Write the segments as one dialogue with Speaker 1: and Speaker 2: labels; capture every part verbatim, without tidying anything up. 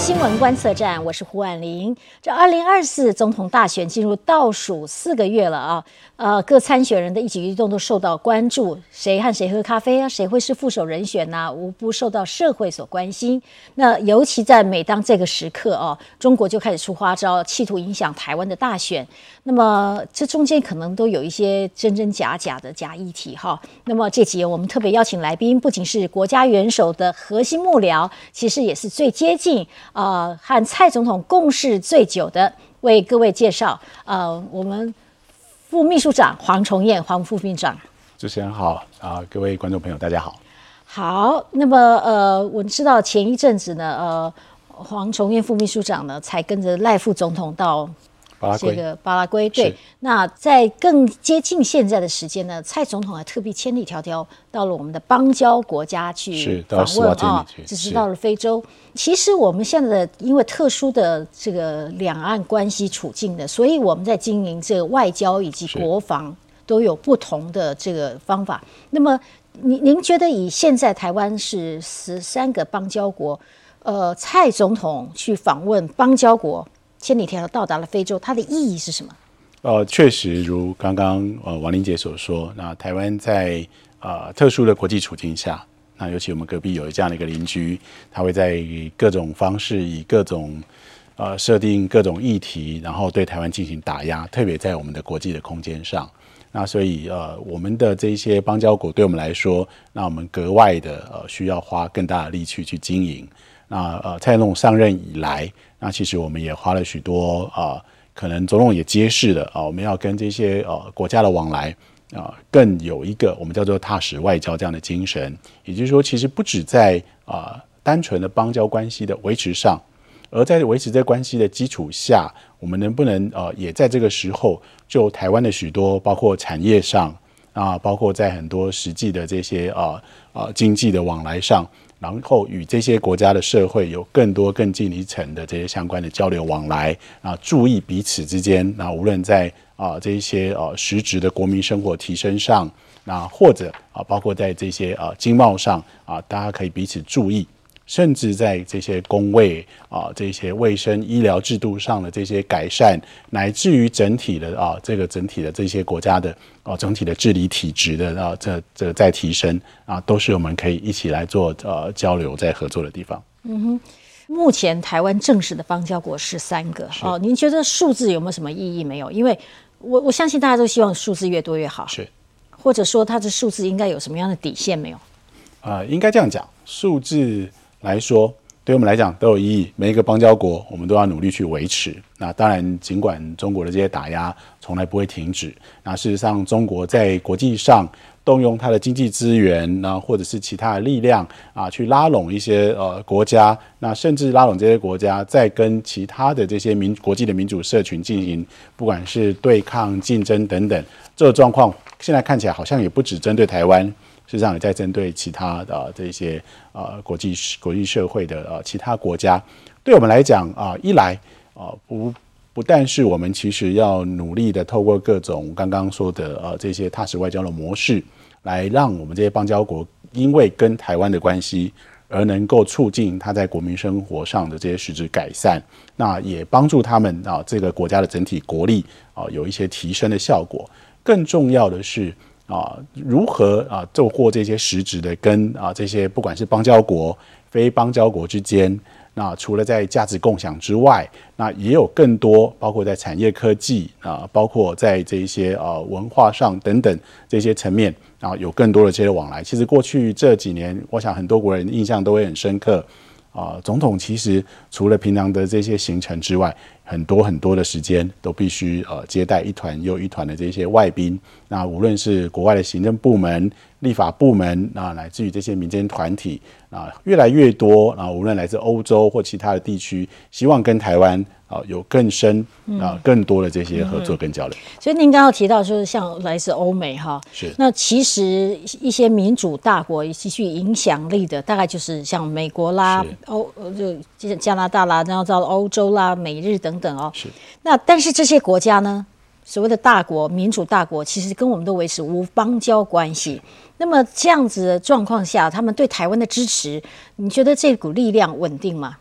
Speaker 1: 新闻观测站，我是胡婉玲。这二零二四总统大选进入倒数四个月了啊，呃，各参选人的一举一动都受到关注，谁和谁喝咖啡啊，谁会是副手人选呢、啊？无不受到社会所关心。那尤其在每当这个时刻啊，中国就开始出花招，企图影响台湾的大选。那么这中间可能都有一些真真假假的假议题哈。那么这集我们特别邀请来宾，不仅是国家元首的核心幕僚，其实也是最接近呃和蔡总统共事最久的，为各位介绍呃我们副秘书长黄崇彦，黄副秘书长。
Speaker 2: 主持人好啊、呃，各位观众朋友大家好。
Speaker 1: 好，那么呃我知道前一阵子呢，呃黄崇彦副秘书长呢才跟着赖副总统到这个巴拉圭，对。那在更接近现在的时间呢，蔡总统还特别千里迢迢到了我们的邦交国家去访问啊，只是到了非洲。其实我们现在的因为特殊的这个两岸关系处境的，所以我们在经营这个外交以及国防都有不同的这个方法。那么您您觉得以现在台湾是十三个邦交国，呃，蔡总统去访问邦交国，千里迢迢到达了非洲，它的意义是什么？
Speaker 2: 呃，确实如刚刚呃王玲姐所说，那台湾在呃特殊的国际处境下，那尤其我们隔壁有这样的一个邻居，他会在各种方式以各种呃设定各种议题，然后对台湾进行打压，特别在我们的国际的空间上。那所以呃我们的这些邦交国对我们来说，那我们格外的呃需要花更大的力气去经营。那呃蔡总统上任以来，那其实我们也花了许多啊、呃，可能总统也揭示了啊、呃，我们要跟这些呃国家的往来啊、呃，更有一个我们叫做踏实外交这样的精神。也就是说，其实不止在啊、呃、单纯的邦交关系的维持上，而在维持这关系的基础下，我们能不能呃也在这个时候，就台湾的许多包括产业上啊、呃，包括在很多实际的这些啊啊、呃、经济的往来上。然后与这些国家的社会有更多更进一层的这些相关的交流往来啊，注意彼此之间啊，无论在啊这一些呃实质的国民生活提升上，那或者啊包括在这些啊经贸上啊，大家可以彼此注意，甚至在这些公卫啊这些卫生医疗制度上的这些改善，乃至于整体的啊这个整体的这些国家的。哦，整体的治理体制的啊，这这在提升啊，都是我们可以一起来做呃交流、在合作的地方。
Speaker 1: 嗯哼，目前台湾正式的邦交国是三个哦，您觉得数字有没有什么意义？没有，因为我我相信大家都希望数字越多越好，
Speaker 2: 是，
Speaker 1: 或者说它的数字应该有什么样的底线没有？
Speaker 2: 啊、呃，应该这样讲，数字来说。对我们来讲都有意义，每一个邦交国我们都要努力去维持。那当然，尽管中国的这些打压从来不会停止，那事实上中国在国际上动用它的经济资源，那或者是其他的力量啊，去拉拢一些呃国家，那甚至拉拢这些国家，再跟其他的这些民国际的民主社群进行，不管是对抗、竞争等等，这个状况现在看起来好像也不只针对台湾。事实上也在针对其他的、呃、这些呃国际国际社会的呃其他国家，对我们来讲啊、呃，一来啊、呃、不不但是我们其实要努力的透过各种刚刚说的呃这些踏实外交的模式，来让我们这些邦交国因为跟台湾的关系而能够促进它在国民生活上的这些实质改善，那也帮助他们啊、呃、这个国家的整体国力啊、呃、有一些提升的效果。更重要的是。啊，如何啊，透过这些实质的跟啊这些不管是邦交国、非邦交国之间，那除了在价值共享之外，那也有更多包括在产业科技啊，包括在这些啊文化上等等这些层面啊，有更多的这些往来。其实过去这几年，我想很多国人印象都会很深刻。啊、呃，总统其实除了平常的这些行程之外，很多很多的时间都必须呃接待一团又一团的这些外宾。那无论是国外的行政部门、立法部门，那乃至于这些民间团体啊，越来越多啊，无论来自欧洲或其他的地区，希望跟台湾啊有更深啊更多的这些合作跟交流。
Speaker 1: 嗯、所以您刚刚提到，就是像来自欧美哈，
Speaker 2: 是
Speaker 1: 那其实一些民主大国极具影响力的，大概就是像美国啦、欧就加拿大啦，然后到欧洲啦、美日等等哦。
Speaker 2: 是。
Speaker 1: 那但是这些国家呢，所谓的大国、民主大国，其实跟我们都维持无邦交关系。那么这样子的状况下，他们对台湾的支持，你觉得这股力量稳定吗？
Speaker 2: 其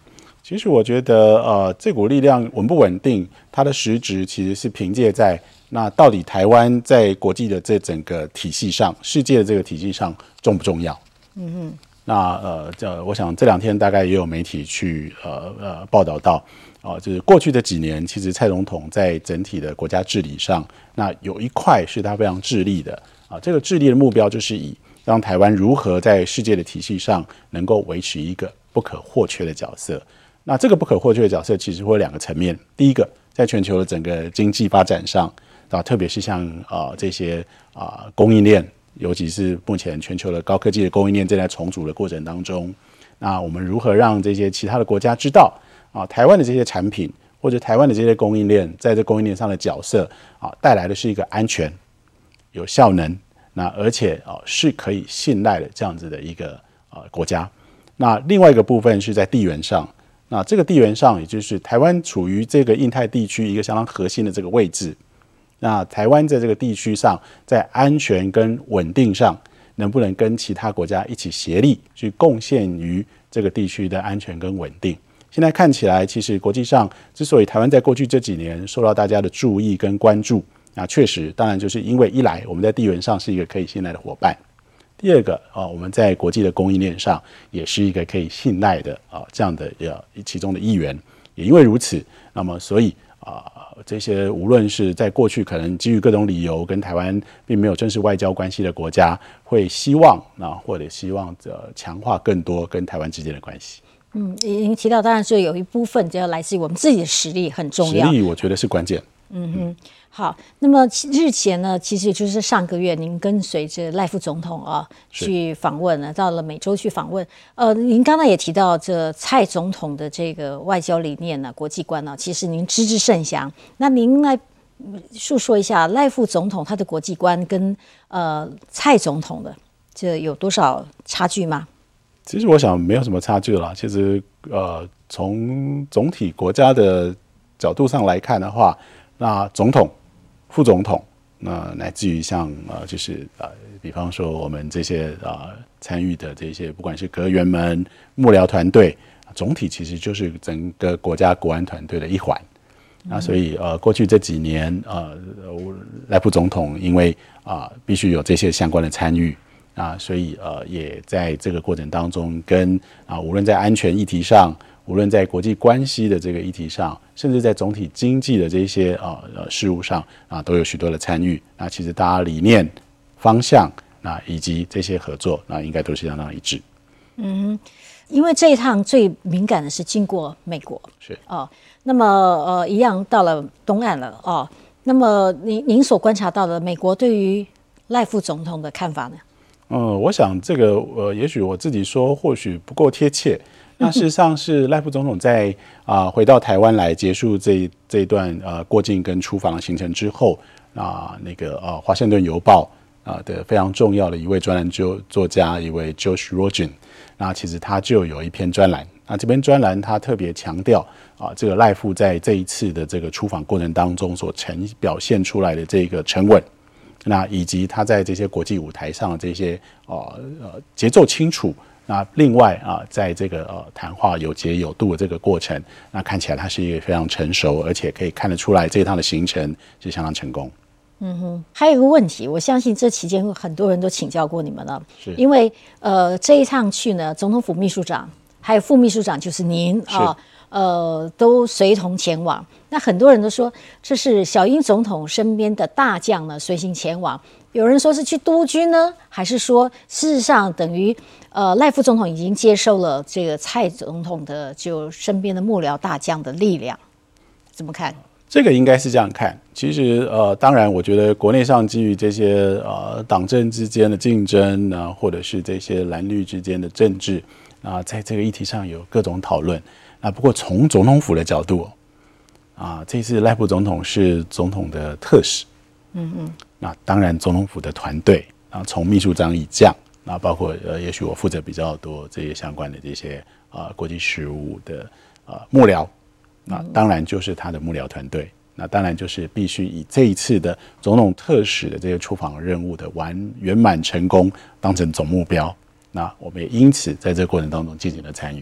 Speaker 2: 其实我觉得，呃，这股力量稳不稳定，它的实质其实是凭借在那到底台湾在国际的这整个体系上，世界的这个体系上重不重要？嗯哼。那呃，这我想这两天大概也有媒体去呃呃报道到，啊、呃，就是过去的几年，其实蔡总统在整体的国家治理上，那有一块是他非常致力的啊、呃，这个致力的目标就是以让台湾如何在世界的体系上能够维持一个不可或缺的角色。那这个不可或缺的角色其实会有两个层面，第一个，在全球的整个经济发展上啊，特别是像啊、呃、这些啊、呃、供应链。尤其是目前全球的高科技的供应链正在重组的过程当中，那我们如何让这些其他的国家知道啊，台湾的这些产品或者台湾的这些供应链在这供应链上的角色啊，带来的是一个安全、有效能，那而且啊是可以信赖的这样子的一个啊国家。那另外一个部分是在地缘上，那这个地缘上也就是台湾处于这个印太地区一个相当核心的这个位置。那台湾在这个地区上，在安全跟稳定上，能不能跟其他国家一起协力去贡献于这个地区的安全跟稳定？现在看起来，其实国际上之所以台湾在过去这几年受到大家的注意跟关注，那确实，当然就是因为一来我们在地缘上是一个可以信赖的伙伴，第二个啊，我们在国际的供应链上也是一个可以信赖的啊这样的呃其中的一员。也因为如此，那么所以啊。这些无论是在过去可能基于各种理由跟台湾并没有正式外交关系的国家，会希望啊或者希望呃强化更多跟台湾之间的关系。
Speaker 1: 嗯，您提到当然是有一部分就要来自于我们自己的实力很重要，
Speaker 2: 实力我觉得是关键。
Speaker 1: 嗯哼，好，那么日前呢，其实就是上个月，您跟随着赖副总统啊去访问了，到了美洲去访问。呃，您刚才也提到这蔡总统的这个外交理念呢、国际观呢、其实您知之甚详。那您来述说一下赖副总统他的国际观跟呃蔡总统的这有多少差距吗？
Speaker 2: 其实我想没有什么差距了。其实呃，从总体国家的角度上来看的话，那总统、副总统，那乃至于像呃，就是呃，比方说我们这些啊、呃、参与的这些，不管是阁员们、幕僚团队，总体其实就是整个国家国安团队的一环。嗯、那所以呃，过去这几年呃，赖副总统因为啊、呃、必须有这些相关的参与啊，所以呃也在这个过程当中跟啊无论在安全议题上。无论在国际关系的这个议题上，甚至在总体经济的这些啊呃事务上啊，都有许多的参与。那其实大家理念、方向，那以及这些合作，那应该都是相当一致。
Speaker 1: 嗯，因为这一趟最敏感的是经过美国，
Speaker 2: 是
Speaker 1: 哦。那么呃，一样到了东岸了哦。那么您您所观察到的美国对于赖副总统的看法呢？
Speaker 2: 嗯，我想这个呃，也许我自己说或许不够贴切。那事实上是赖副总统在啊、呃、回到台湾来结束这这一段呃过境跟出访的行程之后，啊、呃、那个呃《华盛顿邮报》啊、呃、的非常重要的一位专栏作作家，一位 Josh Rogin， 那其实他就有一篇专栏，那这篇专栏他特别强调啊、呃、这个赖副在这一次的这个出访过程当中所呈表现出来的这个沉稳，那以及他在这些国际舞台上的这些呃呃节奏清楚。那另外啊，在这个呃谈话有节有度的这个过程，那看起来它是一个非常成熟，而且可以看得出来这一趟的行程是相当成功。
Speaker 1: 嗯哼，还有一个问题，我相信这期间很多人都请教过你们了，
Speaker 2: 是
Speaker 1: 因为呃这一趟去呢，总统府秘书长还有副秘书长就是您啊，呃都随同前往。那很多人都说这是小英总统身边的大将呢随行前往，有人说是去督军呢，还是说事实上等于呃赖副总统已经接受了这个蔡总统的就身边的幕僚大将的力量，怎么看？
Speaker 2: 这个应该是这样看。其实呃，当然我觉得国内上基于这些呃党政之间的竞争啊，或者是这些蓝绿之间的政治啊，在这个议题上有各种讨论。那不过从总统府的角度啊，这次赖副总统是总统的特使，嗯嗯，那当然总统府的团队啊，从秘书长以降，那包括呃，也许我负责比较多这些相关的这些啊、呃、国际事务的啊、呃、幕僚，那当然就是他的幕僚团队，那当然就是必须以这一次的总统特使的这些出访任务的完圆满成功当成总目标。那我们也因此在这个过程当中进行了参与。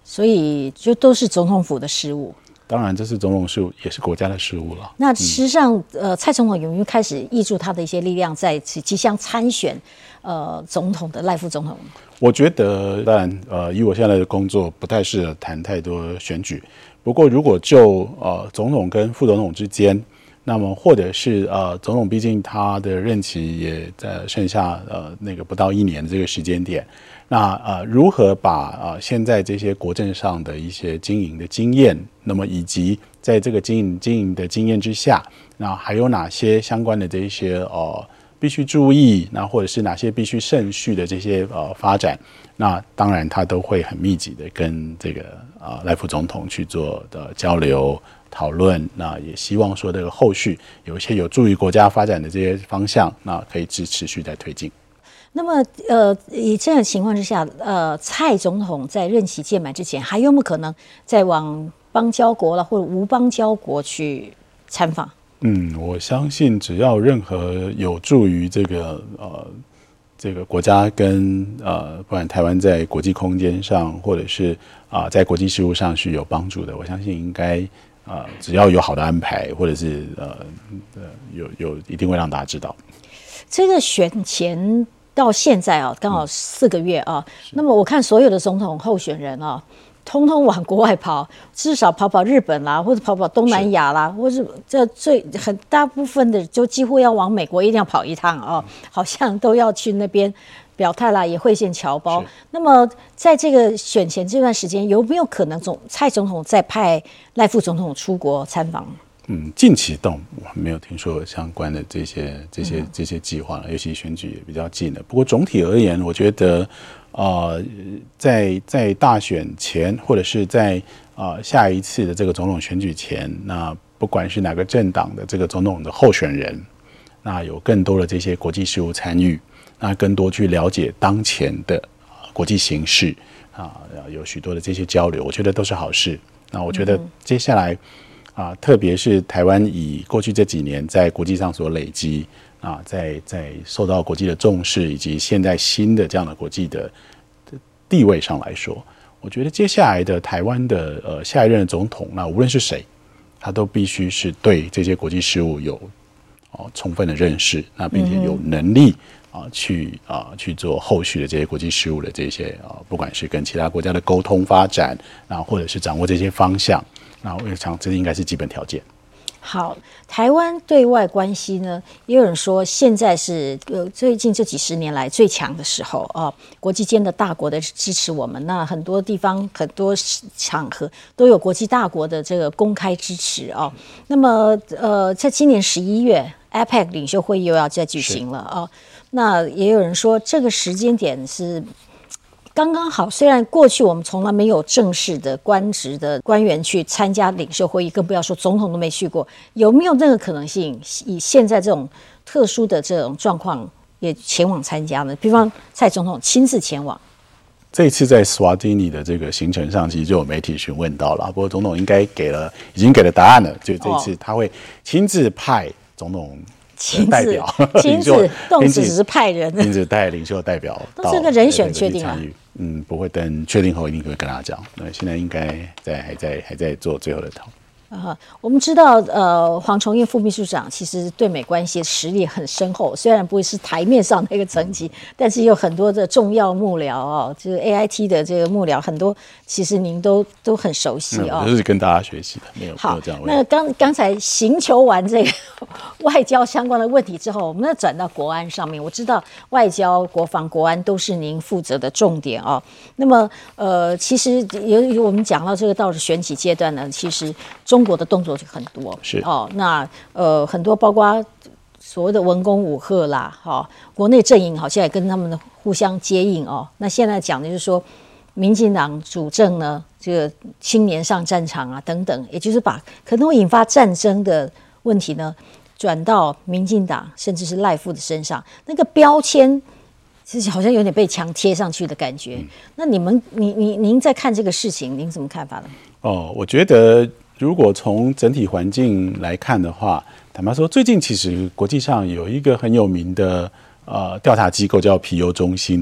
Speaker 1: 所以就都是总统府的事务。
Speaker 2: 当然，这是总统事务，也是国家的事务了。
Speaker 1: 那事实上，嗯、呃，蔡总统有没有开始挹注他的一些力量，在即将参选呃总统的赖副总统？
Speaker 2: 我觉得，当然，呃，以我现在的工作，不太适合谈太多选举。不过，如果就呃总统跟副总统之间，那么或者是呃总统，毕竟他的任期也在剩下呃那个不到一年的这个时间点。那呃，如何把呃现在这些国政上的一些经营的经验，那么以及在这个经营经营的经验之下，那还有哪些相关的这一些呃必须注意，那或者是哪些必须慎续的这些呃发展，那当然他都会很密集的跟这个呃赖副总统去做的交流讨论，那也希望说这个后续有一些有助于国家发展的这些方向，那可以持持续在推进。
Speaker 1: 那么，呃，以这样的情况之下，呃，蔡总统在任期届满之前，还有没有可能再往邦交国了或者无邦交国去参访？
Speaker 2: 嗯，我相信只要任何有助于这个呃这个国家跟呃不管台湾在国际空间上，或者是啊、呃、在国际事务上是有帮助的，我相信应该啊、呃、只要有好的安排，或者是呃呃有有一定会让大家知道。
Speaker 1: 这个选前到现在啊，刚好四个月啊。那么我看所有的总统候选人啊，通通往国外跑，至少跑跑日本啦，或者跑跑东南亚啦，或者这最很大部分的就几乎要往美国一定要跑一趟啊，好像都要去那边表态啦，也会见侨胞。那么在这个选前这段时间，有没有可能总蔡总统再派赖副总统出国参访？
Speaker 2: 嗯，近期倒我没有听说相关的这些这些这些计划了，尤其选举也比较近了。不过总体而言，我觉得，呃，在在大选前，或者是在呃下一次的这个总统选举前，那不管是哪个政党的这个总统的候选人，那有更多的这些国际事务参与，那更多去了解当前的国际形势啊，有许多的这些交流，我觉得都是好事。那我觉得接下来。啊，特别是台湾以过去这几年在国际上所累积啊，在在受到国际的重视，以及现在新的这样的国际的地位上来说，我觉得接下来的台湾的呃下一任的总统，那无论是谁，他都必须是对这些国际事务有哦充分的认识，那并且有能力啊去啊去做后续的这些国际事务的这些啊，不管是跟其他国家的沟通发展，啊，或者是掌握这些方向。那我想，这应该是基本条件。
Speaker 1: 好，台湾对外关系呢，也有人说现在是呃最近这几十年来最强的时候啊，国际间的大国的支持我们，那很多地方很多场合都有国际大国的这个公开支持啊。那么呃，在今年十一月 ，A P E C 领袖会议又要再举行了啊。那也有人说，这个时间点是。刚刚好，虽然过去我们从来没有正式的官职的官员去参加领袖会议，更不要说总统都没去过，有没有那个可能性？以现在这种特殊的这种状况，也前往参加呢？比方蔡总统亲自前往。
Speaker 2: 这一次在斯瓦蒂尼的这个行程上，其实就有媒体询问到了，不过总统应该给了，已经给了答案了，就这一次他会亲自派总统。代表
Speaker 1: 亲自动词只是派人，
Speaker 2: 亲自带领袖代表到
Speaker 1: 这个人选确定了，
Speaker 2: 嗯，不会等确定后一定会跟他讲。对，现在应该在还在还在做最后的讨论。
Speaker 1: Uh, 我们知道，呃，黄崇彦副秘书长其实对美关系实力很深厚，虽然不会是台面上那个层级，但是有很多的重要幕僚哦，就是 A I T 的这个幕僚，很多其实您都都很熟悉哦。
Speaker 2: 这、嗯、是跟大家学习的，没有
Speaker 1: 好
Speaker 2: 没有这样。
Speaker 1: 那刚刚才行求完这个外交相关的问题之后，我们要转到国安上面。我知道外交、国防、国安都是您负责的重点哦。那么，呃，其实有我们讲到这个到了选举阶段呢，其实中中国的动作就很多，
Speaker 2: 是
Speaker 1: 哦，那呃很多包括所谓的文攻武吓啦，哈、哦，国内阵营好像也跟他们互相接应哦。那现在讲的就是说，民进党主政呢，这个青年上战场啊等等，也就是把可能会引发战争的问题呢，转到民进党甚至是赖副的身上，那个标签其实好像有点被强贴上去的感觉。嗯、那你们，你你您在看这个事情，您怎么看法呢？
Speaker 2: 哦，我觉得。如果从整体环境来看的话，坦白说，最近其实国际上有一个很有名的呃调查机构叫皮尤中心。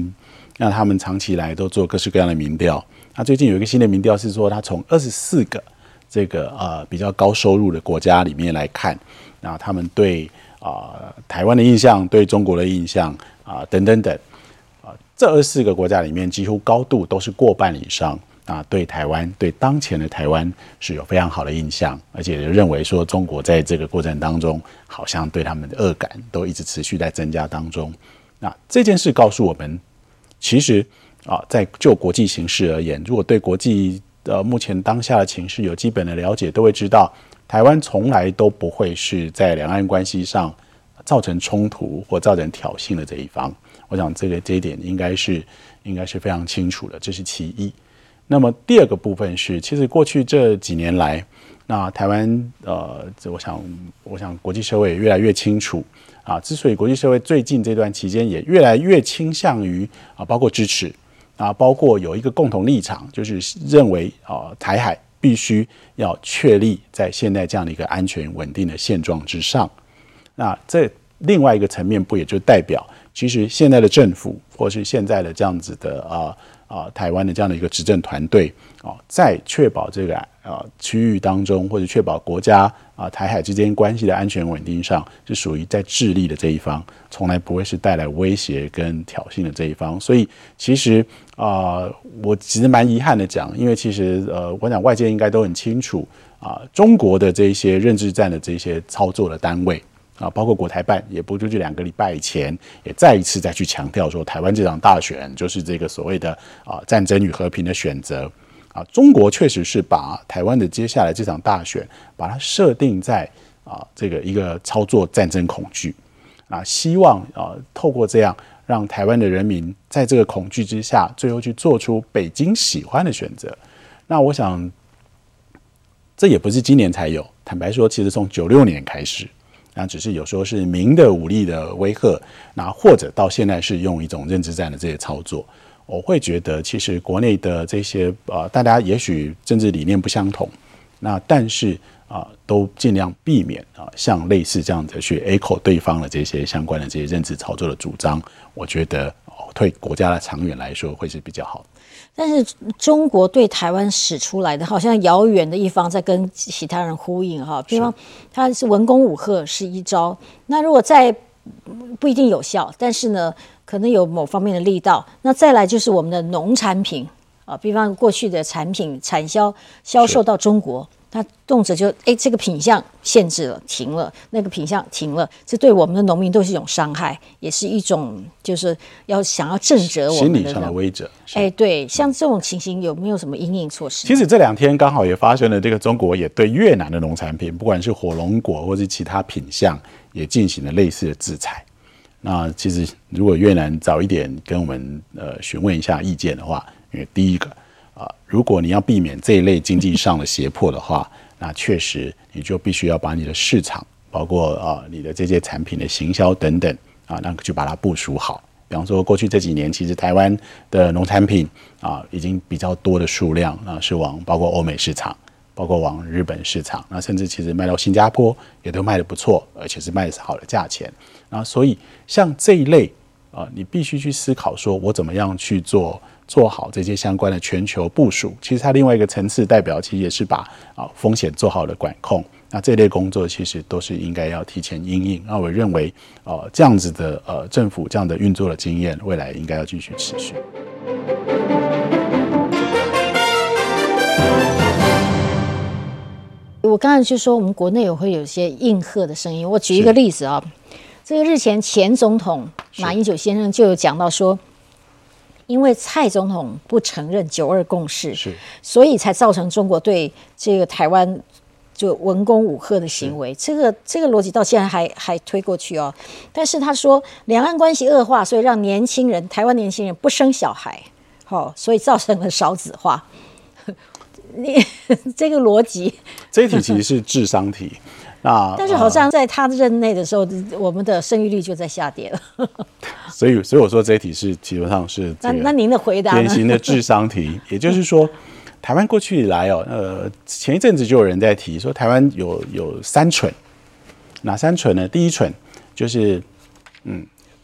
Speaker 2: 那他们长期以来都做各式各样的民调。那最近有一个新的民调是说，他从二十四个这个呃比较高收入的国家里面来看，那他们对啊、呃、台湾的印象、对中国的印象啊、呃、等等等啊、呃，这二十四个国家里面，几乎高度都是过半以上啊，对台湾、对当前的台湾是有非常好的印象，而且认为说中国在这个过程当中，好像对他们的恶感都一直持续在增加当中。那这件事告诉我们，其实啊，在就国际形势而言，如果对国际呃目前当下的情势有基本的了解，都会知道，台湾从来都不会是在两岸关系上造成冲突或造成挑衅的这一方。我想这个这一点应该是应该是非常清楚的，这是其一。那么第二个部分是，其实过去这几年来，那台湾呃，我想我想国际社会也越来越清楚啊。之所以国际社会最近这段期间也越来越倾向于啊，包括支持啊，包括有一个共同立场，就是认为啊，台海必须要确立在现在这样的一个安全稳定的现状之上。那这另外一个层面，不也就代表，其实现在的政府或是现在的这样子的啊。啊，台湾的这样的一个执政团队啊，在确保这个啊区域当中，或者确保国家啊台海之间关系的安全稳定上，是属于在致力的这一方，从来不会是带来威胁跟挑衅的这一方。所以其实啊、呃，我其实蛮遗憾的讲，因为其实呃，我想外界应该都很清楚啊，中国的这些认知战的这些操作的单位。啊，包括国台办也不就这两个礼拜以前，也再一次再去强调说，台湾这场大选就是这个所谓的啊战争与和平的选择啊。中国确实是把台湾的接下来这场大选，把它设定在啊这个一个操作战争恐惧啊，希望啊透过这样让台湾的人民在这个恐惧之下，最后去做出北京喜欢的选择。那我想，这也不是今年才有，坦白说，其实从九六年开始。那只是有时候是明的武力的威吓，那或者到现在是用一种认知战的这些操作，我会觉得其实国内的这些呃，大家也许政治理念不相同，那但是啊、呃，都尽量避免啊、呃，像类似这样子去 echo 对方的这些相关的这些认知操作的主张，我觉得、哦、对国家的长远来说会是比较好的。
Speaker 1: 但是中国对台湾使出来的，好像遥远的一方在跟其他人呼应哈，比方他是文攻武吓是一招，那如果再不一定有效，但是呢，可能有某方面的力道。那再来就是我们的农产品啊，比方过去的产品产销销售到中国。他动辄就哎，这个品项限制了，停了；那个品项停了，这对我们的农民都是一种伤害，也是一种就是要想要震慑我们的
Speaker 2: 心理上的威慑。
Speaker 1: 哎，对，像这种情形有没有什么因应措施？
Speaker 2: 其实这两天刚好也发生了，这个中国也对越南的农产品，不管是火龙果或是其他品项，也进行了类似的制裁。那其实如果越南早一点跟我们呃询问一下意见的话，因为第一个。啊、呃，如果你要避免这一类经济上的胁迫的话，那确实你就必须要把你的市场，包括啊、呃、你的这些产品的行销等等啊，那就把它部署好。比方说，过去这几年，其实台湾的农产品啊，已经比较多的数量啊，是往包括欧美市场，包括往日本市场，那甚至其实卖到新加坡也都卖得不错，而且是卖的是好的价钱。那所以像这一类啊，你必须去思考说，我怎么样去做。做好这些相关的全球部署，其实它另外一个层次代表，其实也是把啊风险做好的管控。那这类工作其实都是应该要提前因应。那我认为，呃，这样子的呃政府这样的运作的经验，未来应该要继续持续。
Speaker 1: 我刚才就说，我们国内也会有一些应和的声音。我举一个例子啊，这个日前前总统马英九先生就有讲到说。因为蔡总统不承认九二共识，所以才造成中国对这个台湾就文攻武吓的行为。这个这个逻辑到现在还还推过去哦。但是他说，两岸关系恶化，所以让年轻人台湾年轻人不生小孩，好、哦，所以造成了少子化。你这个逻辑，
Speaker 2: 这一题其实是智商题。那
Speaker 1: 但是好像在他任内的时候，呃、我们的生育率就在下跌了。
Speaker 2: 所以，所以我说这一题是基本上是
Speaker 1: 那那您的回答呢？
Speaker 2: 典型的智商题，也就是说，台湾过去以来哦，呃，前一阵子就有人在提说，台湾有有三蠢，哪三蠢呢？第一蠢就是，嗯，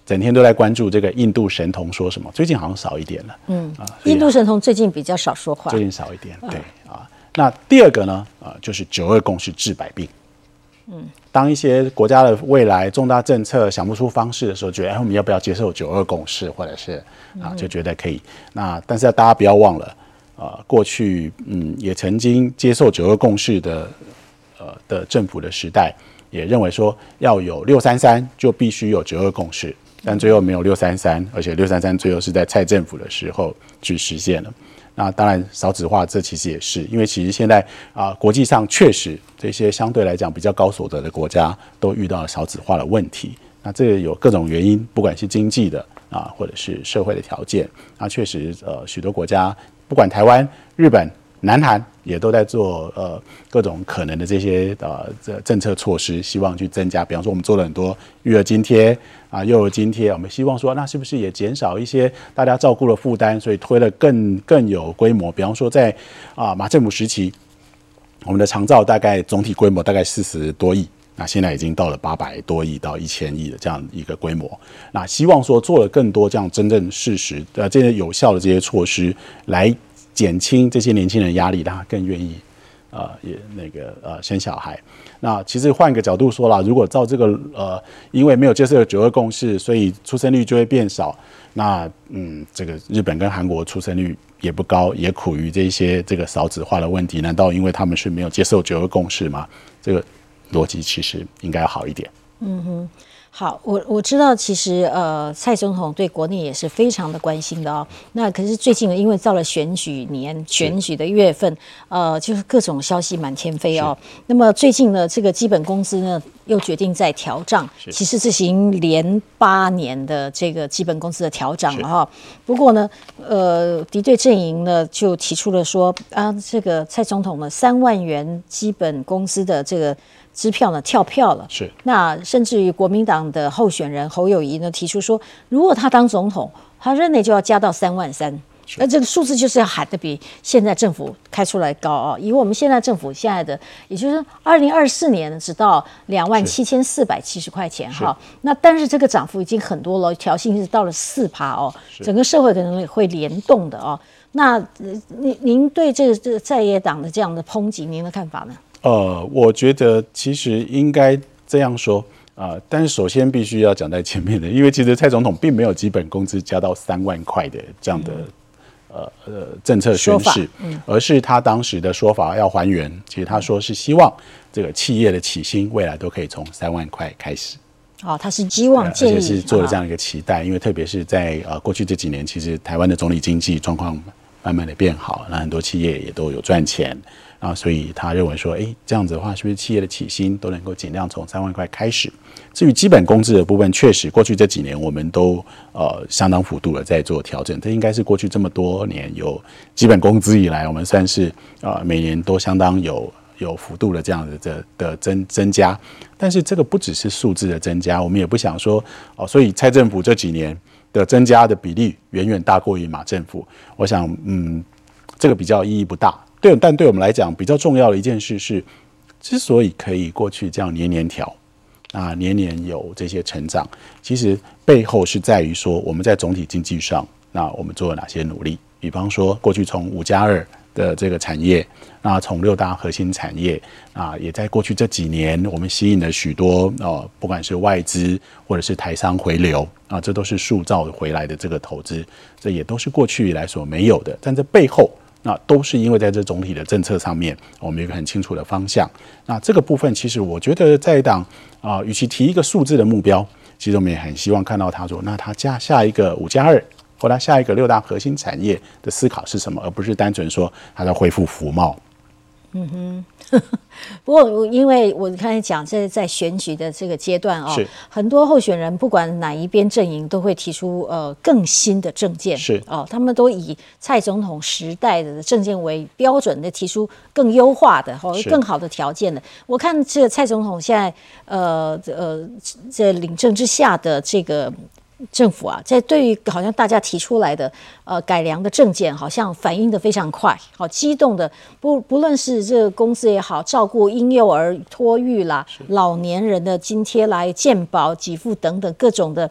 Speaker 2: 整天都在关注这个印度神童说什么，最近好像少一点了。
Speaker 1: 嗯啊，印度神童最近比较少说话，
Speaker 2: 最近少一点。对啊，那第二个呢，啊，就是九二共识治百病。嗯，当一些国家的未来重大政策想不出方式的时候，觉得哎，我们要不要接受九二共识，或者是啊，就觉得可以。那但是大家不要忘了，呃，过去嗯也曾经接受九二共识的呃的政府的时代，也认为说要有六三三就必须有九二共识，但最后没有六三三，而且六三三最后是在蔡政府的时候去实现了。那当然少子化这其实也是因为其实现在啊、呃、国际上确实这些相对来讲比较高所得的国家都遇到了少子化的问题，那这个有各种原因，不管是经济的啊或者是社会的条件，那确实呃许多国家不管台湾、日本、南韩也都在做呃各种可能的这些呃这政策措施，希望去增加，比方说我们做了很多育儿津贴啊、幼儿津贴，我们希望说那是不是也减少一些大家照顾的负担，所以推了更更有规模，比方说在啊马政府时期，我们的长照大概总体规模大概四十多亿。那现在已经到了八百多亿到一千亿的这样一个规模，那希望说做了更多这样真正事实呃这些有效的这些措施来减轻这些年轻人压力，让他更愿意呃也那个呃生小孩。那其实换个角度说啦，如果照这个呃因为没有接受九二共识，所以出生率就会变少，那嗯这个日本跟韩国出生率也不高，也苦于这些这个少子化的问题，难道因为他们是没有接受九二共识吗？这个逻辑其实应该要好一点。
Speaker 1: 嗯哼，好，我我知道，其实呃，蔡总统对国内也是非常的关心的哦。那可是最近呢，因为到了选举年、选举的月份，呃，就是各种消息满天飞哦。那么最近呢，这个基本工资呢又决定再调涨，其实这是已经连八年的这个基本工资的调涨了哈。不过呢，呃，敌对阵营呢就提出了说啊，这个蔡总统呢三万元基本工资的这个支票呢跳票了，
Speaker 2: 是
Speaker 1: 那甚至于国民党的候选人侯友宜呢提出说，如果他当总统，他任内就要加到三万三，而这个数字就是要喊得比现在政府开出来高啊！以我们现在政府现在的，也就是二零二四年只到两万七千四百七十块钱哈，那但是这个涨幅已经很多了，调薪是到了四趴哦，整个社会可能会联动的哦。那您您对这个这个在野党的这样的抨击，您的看法呢？
Speaker 2: 呃，我觉得其实应该这样说啊、呃，但是首先必须要讲在前面的，因为其实蔡总统并没有基本工资加到三万块的这样的、嗯、呃呃政策宣示、嗯，而是他当时的说法要还原，其实他说是希望这个企业的起薪未来都可以从三万块开始。
Speaker 1: 哦，他是希望建议，
Speaker 2: 而且是做了这样一个期待，因为特别是在呃过去这几年，其实台湾的总体经济状况慢慢的变好，那很多企业也都有赚钱。啊，所以他认为说，哎，这样子的话，是不是企业的起薪都能够尽量从三万块开始？至于基本工资的部分，确实过去这几年我们都呃相当幅度的在做调整，这应该是过去这么多年有基本工资以来，我们算是呃每年都相当有有幅度的这样的的的增增加。但是这个不只是数字的增加，我们也不想说哦，所以蔡政府这几年的增加的比例远远大过于马政府。我想，嗯，这个比较意义不大。对，但对我们来讲比较重要的一件事是，之所以可以过去这样年年调，啊年年有这些成长，其实背后是在于说我们在总体经济上，那我们做了哪些努力？比方说过去从五加二的这个产业，那从六大核心产业啊，也在过去这几年我们吸引了许多呃，不管是外资或者是台商回流啊，这都是塑造回来的这个投资，这也都是过去以来所没有的，但这背后。那都是因为在这总体的政策上面，我们有一个很清楚的方向。那这个部分，其实我觉得在党啊，与其提一个数字的目标，其实我们也很希望看到他说，那他加下一个五加二，或他下一个六大核心产业的思考是什么，而不是单纯说他在恢复服贸。
Speaker 1: 嗯哼。不过，因为我刚才讲，这在选举的这个阶段哦，很多候选人不管哪一边阵营，都会提出呃更新的政见，
Speaker 2: 是
Speaker 1: 哦，他们都以蔡总统时代的政见为标准的提出更优化的或、哦、更好的条件的。我看这个蔡总统现在呃呃这领政之下的这个。政府啊，在对于好像大家提出来的呃改良的政见，好像反应的非常快，好激动的，不不论是这个公司也好，照顾婴幼儿托育啦，老年人的津贴啦、健保给付等等各种的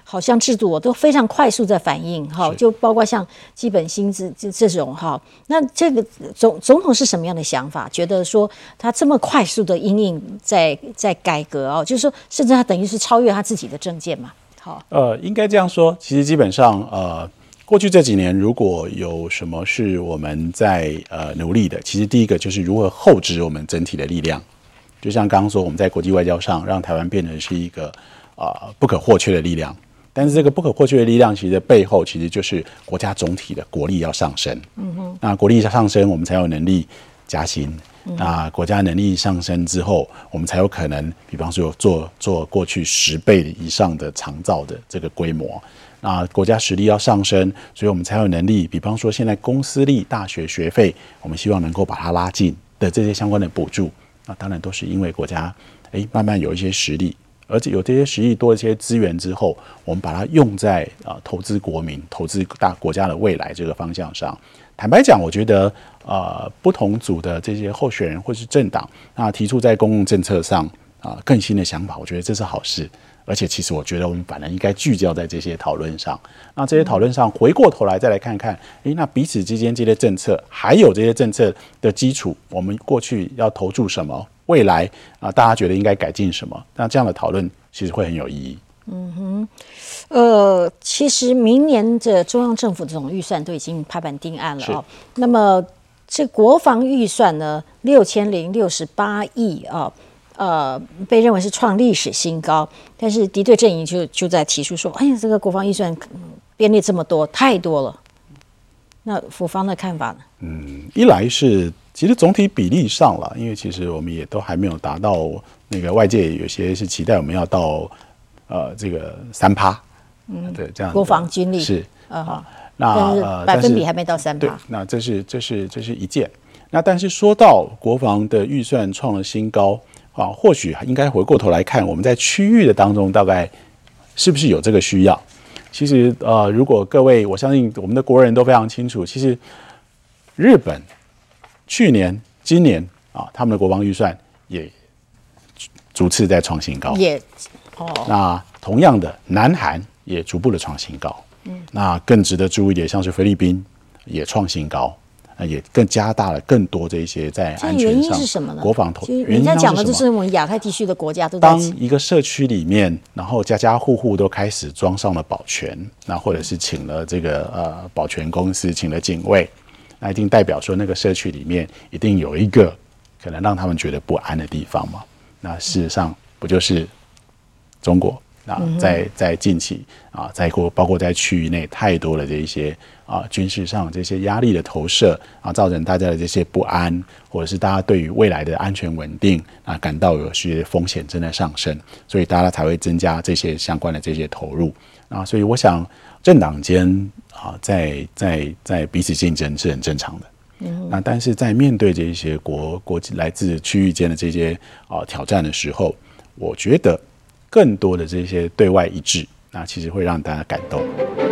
Speaker 1: 好像制度都非常快速在反应，哈，就包括像基本薪资这这种哈。那这个总总统是什么样的想法？觉得说他这么快速的因应在在改革哦，就是说，甚至他等于是超越他自己的政见嘛。好，
Speaker 2: 呃，应该这样说，其实基本上呃。过去这几年，如果有什么是我们在呃努力的，其实第一个就是如何厚植我们整体的力量。就像刚刚说，我们在国际外交上让台湾变成是一个啊、呃、不可或缺的力量。但是这个不可或缺的力量，其实背后其实就是国家总体的国力要上升。嗯哼，那国力上升，我们才有能力加薪。嗯、那国家能力上升之后，我们才有可能，比方说做做过去十倍以上的长造的这个规模。那国家实力要上升，所以我们才有能力，比方说现在公私立大学学费，我们希望能够把它拉近的这些相关的补助，那当然都是因为国家哎慢慢有一些实力，而且有这些实力多一些资源之后，我们把它用在啊、呃、投资国民、投资大国家的未来这个方向上。坦白讲，我觉得呃不同组的这些候选人或是政党，那提出在公共政策上啊、呃、更新的想法，我觉得这是好事。而且其实我觉得我们反而应该聚焦在这些讨论上。那这些讨论上，回过头来再来看看，诶，那彼此之间这些政策，还有这些政策的基础，我们过去要投注什么？未来啊、呃，大家觉得应该改进什么？那这样的讨论其实会很有意义。
Speaker 1: 嗯哼，呃，其实明年的中央政府这种预算都已经拍板定案了哦。那么这国防预算呢，六千零六十八亿啊。呃，被认为是创历史新高，但是敌对阵营就就在提出说，哎呀，这个国防预算编列这么多，太多了。那府方的看法呢？嗯，
Speaker 2: 一来是其实总体比例上了，因为其实我们也都还没有达到那个外界有些是期待我们要到呃这个三趴，嗯，对，这样
Speaker 1: 国防军力
Speaker 2: 是
Speaker 1: 啊、呃，
Speaker 2: 那
Speaker 1: 但是百分比还没到三趴。
Speaker 2: 对，那这是这是这是一件。那但是说到国防的预算创了新高。啊，或许应该回过头来看，我们在区域的当中大概是不是有这个需要？其实，呃，如果各位，我相信我们的国人都非常清楚，其实日本去年、今年啊，他们的国防预算也逐次在创新高。
Speaker 1: 也哦，
Speaker 2: 那同样的，南韩也逐步的创新高。嗯，那更值得注意的，像是菲律宾也创新高。也更加大了更多这一些在安全上。
Speaker 1: 原因是什么呢？
Speaker 2: 国防投，
Speaker 1: 人家讲的就是我们亚太地区的国家都在。
Speaker 2: 当一个社区里面，然后家家户户都开始装上了保全，那或者是请了这个呃保全公司，请了警卫，那一定代表说那个社区里面一定有一个可能让他们觉得不安的地方嘛。那事实上不就是中国？啊，在在近期啊，在过包括在区域内太多的这一些啊军事上这些压力的投射啊，造成大家的这些不安，或者是大家对于未来的安全稳定啊感到有些风险正在上升，所以大家才会增加这些相关的这些投入啊。所以我想政党间啊在在在彼此竞争是很正常的。嗯，那但是在面对这一些国国际来自区域间的这些啊挑战的时候，我觉得。更多的这些对外一致，那其实会让大家感动。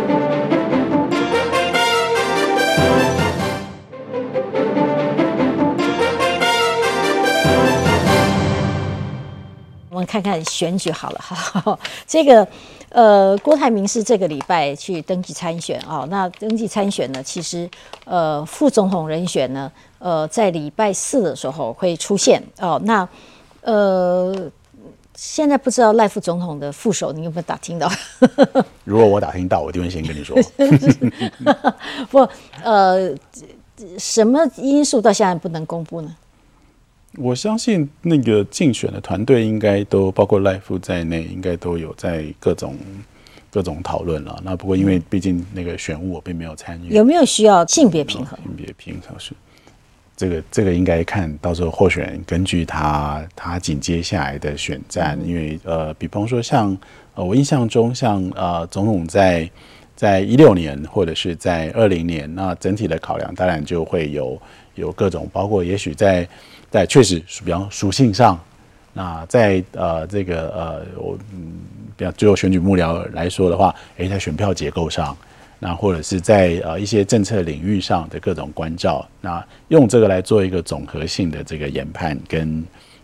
Speaker 1: 我们看看选举好了，好，这个呃，郭台铭是这个礼拜去登记参选啊、哦。那登记参选呢，其实呃，副总统人选呢，呃，在礼拜四的时候会出现哦。那呃。现在不知道赖副总统的副手，你有没有打听到？
Speaker 2: 如果我打听到，我一定会先跟你说。
Speaker 1: 不，呃，什么因素到现在不能公布呢？
Speaker 2: 我相信那个竞选的团队应该都包括赖副在内，应该都有在各种各种讨论了。那不过因为毕竟那个选务我并没有参与，
Speaker 1: 有没有需要性别平衡？
Speaker 2: 性别平衡是。这个这个应该看到时候候选人根据他他紧接下来的选战，因为呃，比方说像呃，我印象中像呃，总统在在一六年或者是在二零年，那整体的考量当然就会有有各种，包括也许在在确实比方属性上，那在呃这个呃我嗯，比方最后选举幕僚来说的话，诶，在选票结构上。那或者是在呃一些政策领域上的各种关照，那用这个来做一个总合性的这个研判跟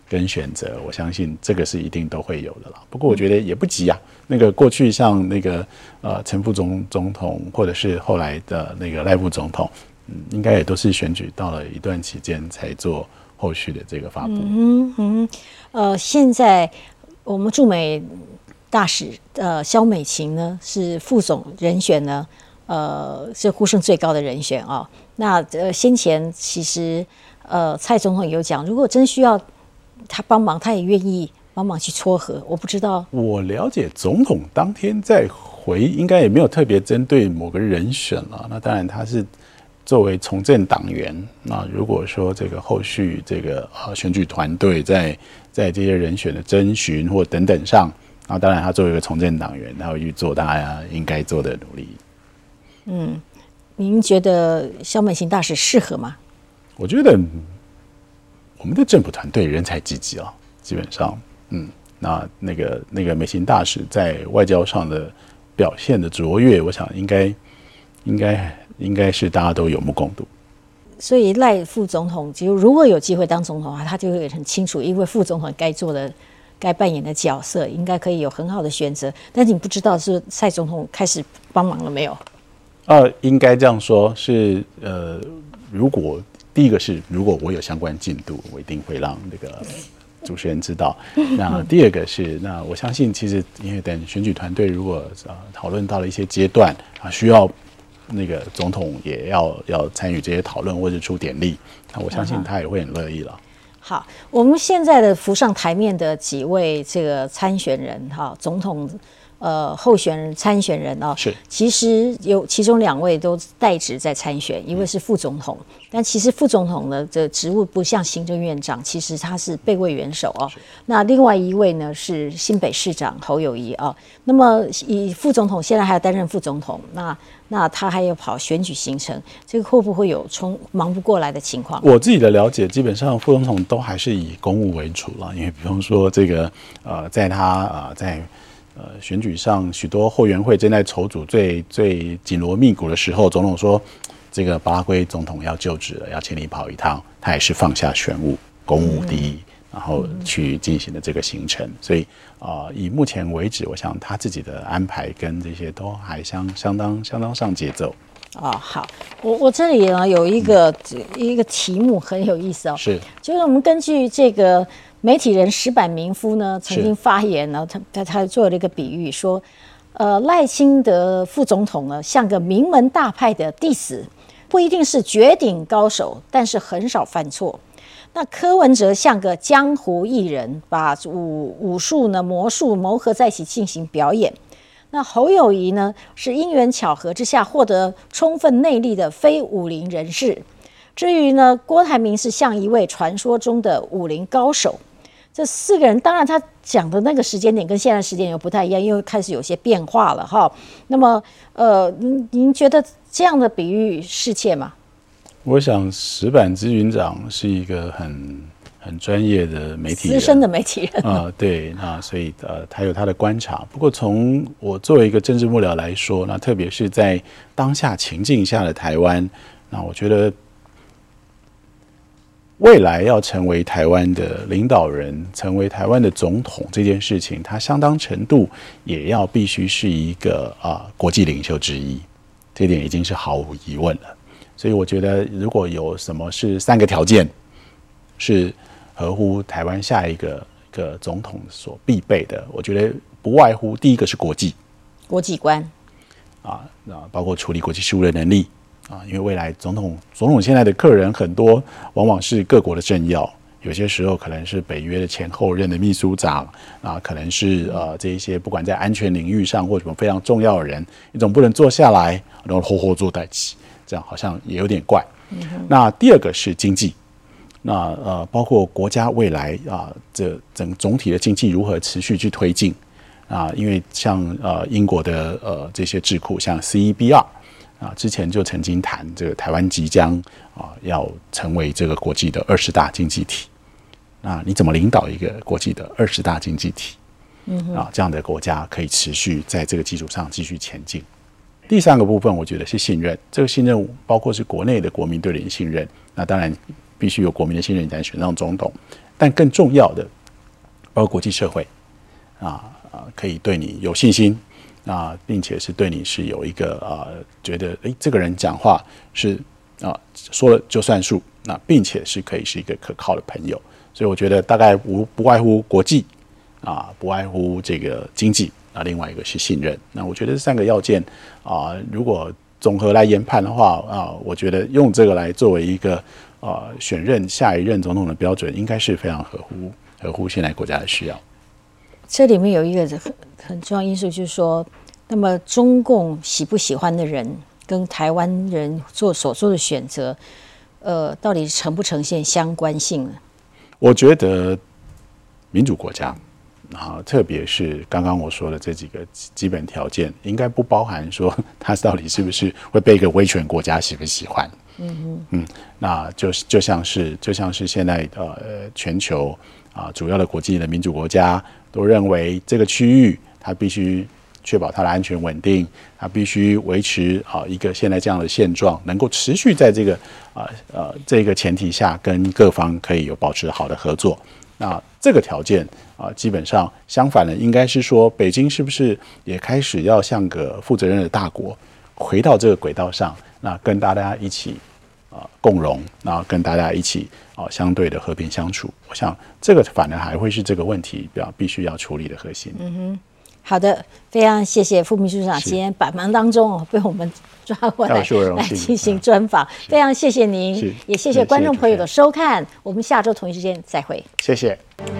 Speaker 2: 跟选择，我相信这个是一定都会有的啦。不过我觉得也不急啊。那个过去像那个呃陈副总总统，或者是后来的那个赖副总统，嗯，应该也都是选举到了一段期间才做后续的这个发布。
Speaker 1: 嗯嗯，呃，现在我们驻美大使呃萧美琴呢是副总人选呢，呃是呼声最高的人选啊、哦。那呃先前其实呃蔡总统有讲，如果真需要他帮忙，他也愿意帮忙去撮合。我不知道，
Speaker 2: 我了解总统当天在回，应该也没有特别针对某个人选了。那当然他是作为从政党员，那如果说这个后续这个呃选举团队在在这些人选的征询或等等上，那当然他作为一个从政党员，他会去做大家应该做的努力。
Speaker 1: 嗯，您觉得萧美琴大使适合吗？
Speaker 2: 我觉得我们的政府团队人才济济啊，基本上，嗯，那那个那个美琴大使在外交上的表现的卓越，我想应该应该应该是大家都有目共睹。
Speaker 1: 所以赖副总统就如果有机会当总统的话，他就会很清楚，因为副总统该做的、该扮演的角色，应该可以有很好的选择。但是你不知道是蔡总统开始帮忙了没有？
Speaker 2: 呃，应该这样说，是呃，如果第一个是如果我有相关进度，我一定会让那个主持人知道。那第二个是，那我相信其实因为等选举团队如果呃讨论到了一些阶段啊，需要那个总统也要要参与这些讨论或者出点力，那我相信他也会很乐意了。
Speaker 1: 好，我们现在的浮上台面的几位这个参选人哈，总统呃候选人参选人哦，
Speaker 2: 是
Speaker 1: 其实有其中两位都代职在参选，一位是副总统，但其实副总统呢的职务不像行政院长，其实他是备位元首哦。那另外一位呢是新北市长侯友宜哦。那么以副总统现在还要担任副总统，那那他还要跑选举行程，这个会不会有冲忙不过来的情况？
Speaker 2: 我自己的了解，基本上副总统都还是以公务为主了，因为比方说这个呃，在他呃在呃选举上许多后援会正在筹组最最紧锣密鼓的时候，总统说这个巴拉圭总统要就职了，要千里跑一趟，他也是放下选务，公务第一。然后去进行的这个行程，所以啊、呃，以目前为止，我想他自己的安排跟这些都还相相当相当上节奏。
Speaker 1: 哦，好，我我这里呢有一个、嗯、一个题目很有意思哦，
Speaker 2: 是，
Speaker 1: 就是我们根据这个媒体人石坂民夫呢曾经发言呢，他他他做了一个比喻说，呃，赖清德副总统呢像个名门大派的弟子，不一定是绝顶高手，但是很少犯错。那柯文哲像个江湖艺人，把武武术呢、魔术谋合在一起进行表演。那侯友宜呢，是因缘巧合之下获得充分内力的非武林人士。至于呢，郭台铭是像一位传说中的武林高手。这四个人，当然他讲的那个时间点跟现在时间又不太一样，因为开始有些变化了哈。那么，呃，您您觉得这样的比喻适切吗？
Speaker 2: 我想石坂支云长是一个很很专业的媒体人，
Speaker 1: 资深的媒体人
Speaker 2: 啊、呃，对，那所以呃，他有他的观察。不过从我作为一个政治幕僚来说，那特别是在当下情境下的台湾，那我觉得未来要成为台湾的领导人，成为台湾的总统这件事情，他相当程度也要必须是一个啊、呃、国际领袖之一，这点已经是毫无疑问了。所以我觉得，如果有什么是三个条件是合乎台湾下一个一个总统所必备的，我觉得不外乎第一个是国际，
Speaker 1: 国际观
Speaker 2: 啊，那包括处理国际事务的能力啊，因为未来总统总统现在的客人很多，往往是各国的政要，有些时候可能是北约的前后任的秘书长啊，可能是呃这一些不管在安全领域上或什么非常重要的人，你总不能坐下来然后活活做代起。这样好像也有点怪。嗯、那第二个是经济，那呃，包括国家未来啊、呃，这整总体的经济如何持续去推进啊？因为像呃英国的呃这些智库，像 C E B R 啊，之前就曾经谈这个台湾即将啊要成为这个国际的二十大经济体。那你怎么领导一个国际的二十大经济体？嗯啊，这样的国家可以持续在这个基础上继续前进。第三个部分，我觉得是信任。这个信任包括是国内的国民对你的信任，那当然必须有国民的信任，你才能选上总统。 但更重要的，包括国际社会啊啊，可以对你有信心啊，并且是对你是有一个啊，觉得诶这个人讲话是啊说了就算数，那并且是可以是一个可靠的朋友。所以我觉得大概无不外乎国际啊，不外乎这个经济啊，另外一个是信任。那我觉得这三个要件啊，如果综合来研判的话啊，我觉得用这个来作为一个啊选任下一任总统的标准，应该是非常合乎合乎现在国家的需要。
Speaker 1: 这里面有一个很很重要因素，就是说，那么中共喜不喜欢的人跟台湾人做所做的选择，呃，到底呈不呈现相关性呢？
Speaker 2: 我觉得民主国家啊，特别是刚刚我说的这几个基本条件，应该不包含说他到底是不是会被一个威权国家喜不喜欢。嗯嗯，那就就像是就像是现在呃全球啊主要的国际的民主国家都认为这个区域它必须确保它的安全稳定，它必须维持啊一个现在这样的现状，能够持续在这个啊呃这个前提下，跟各方可以有保持好的合作。那这个条件啊，基本上相反的，应该是说，北京是不是也开始要像个负责任的大国，回到这个轨道上，那跟大家一起啊共荣，然后跟大家一起啊相对的和平相处。我想这个反而还会是这个问题要必须要处理的核心。嗯哼。
Speaker 1: 好的，非常谢谢副秘书长今天百忙当中哦被我们抓过来来进行专访，非常谢谢您，也谢谢观众朋友的收看，我们下周同一时间再会，
Speaker 2: 谢谢。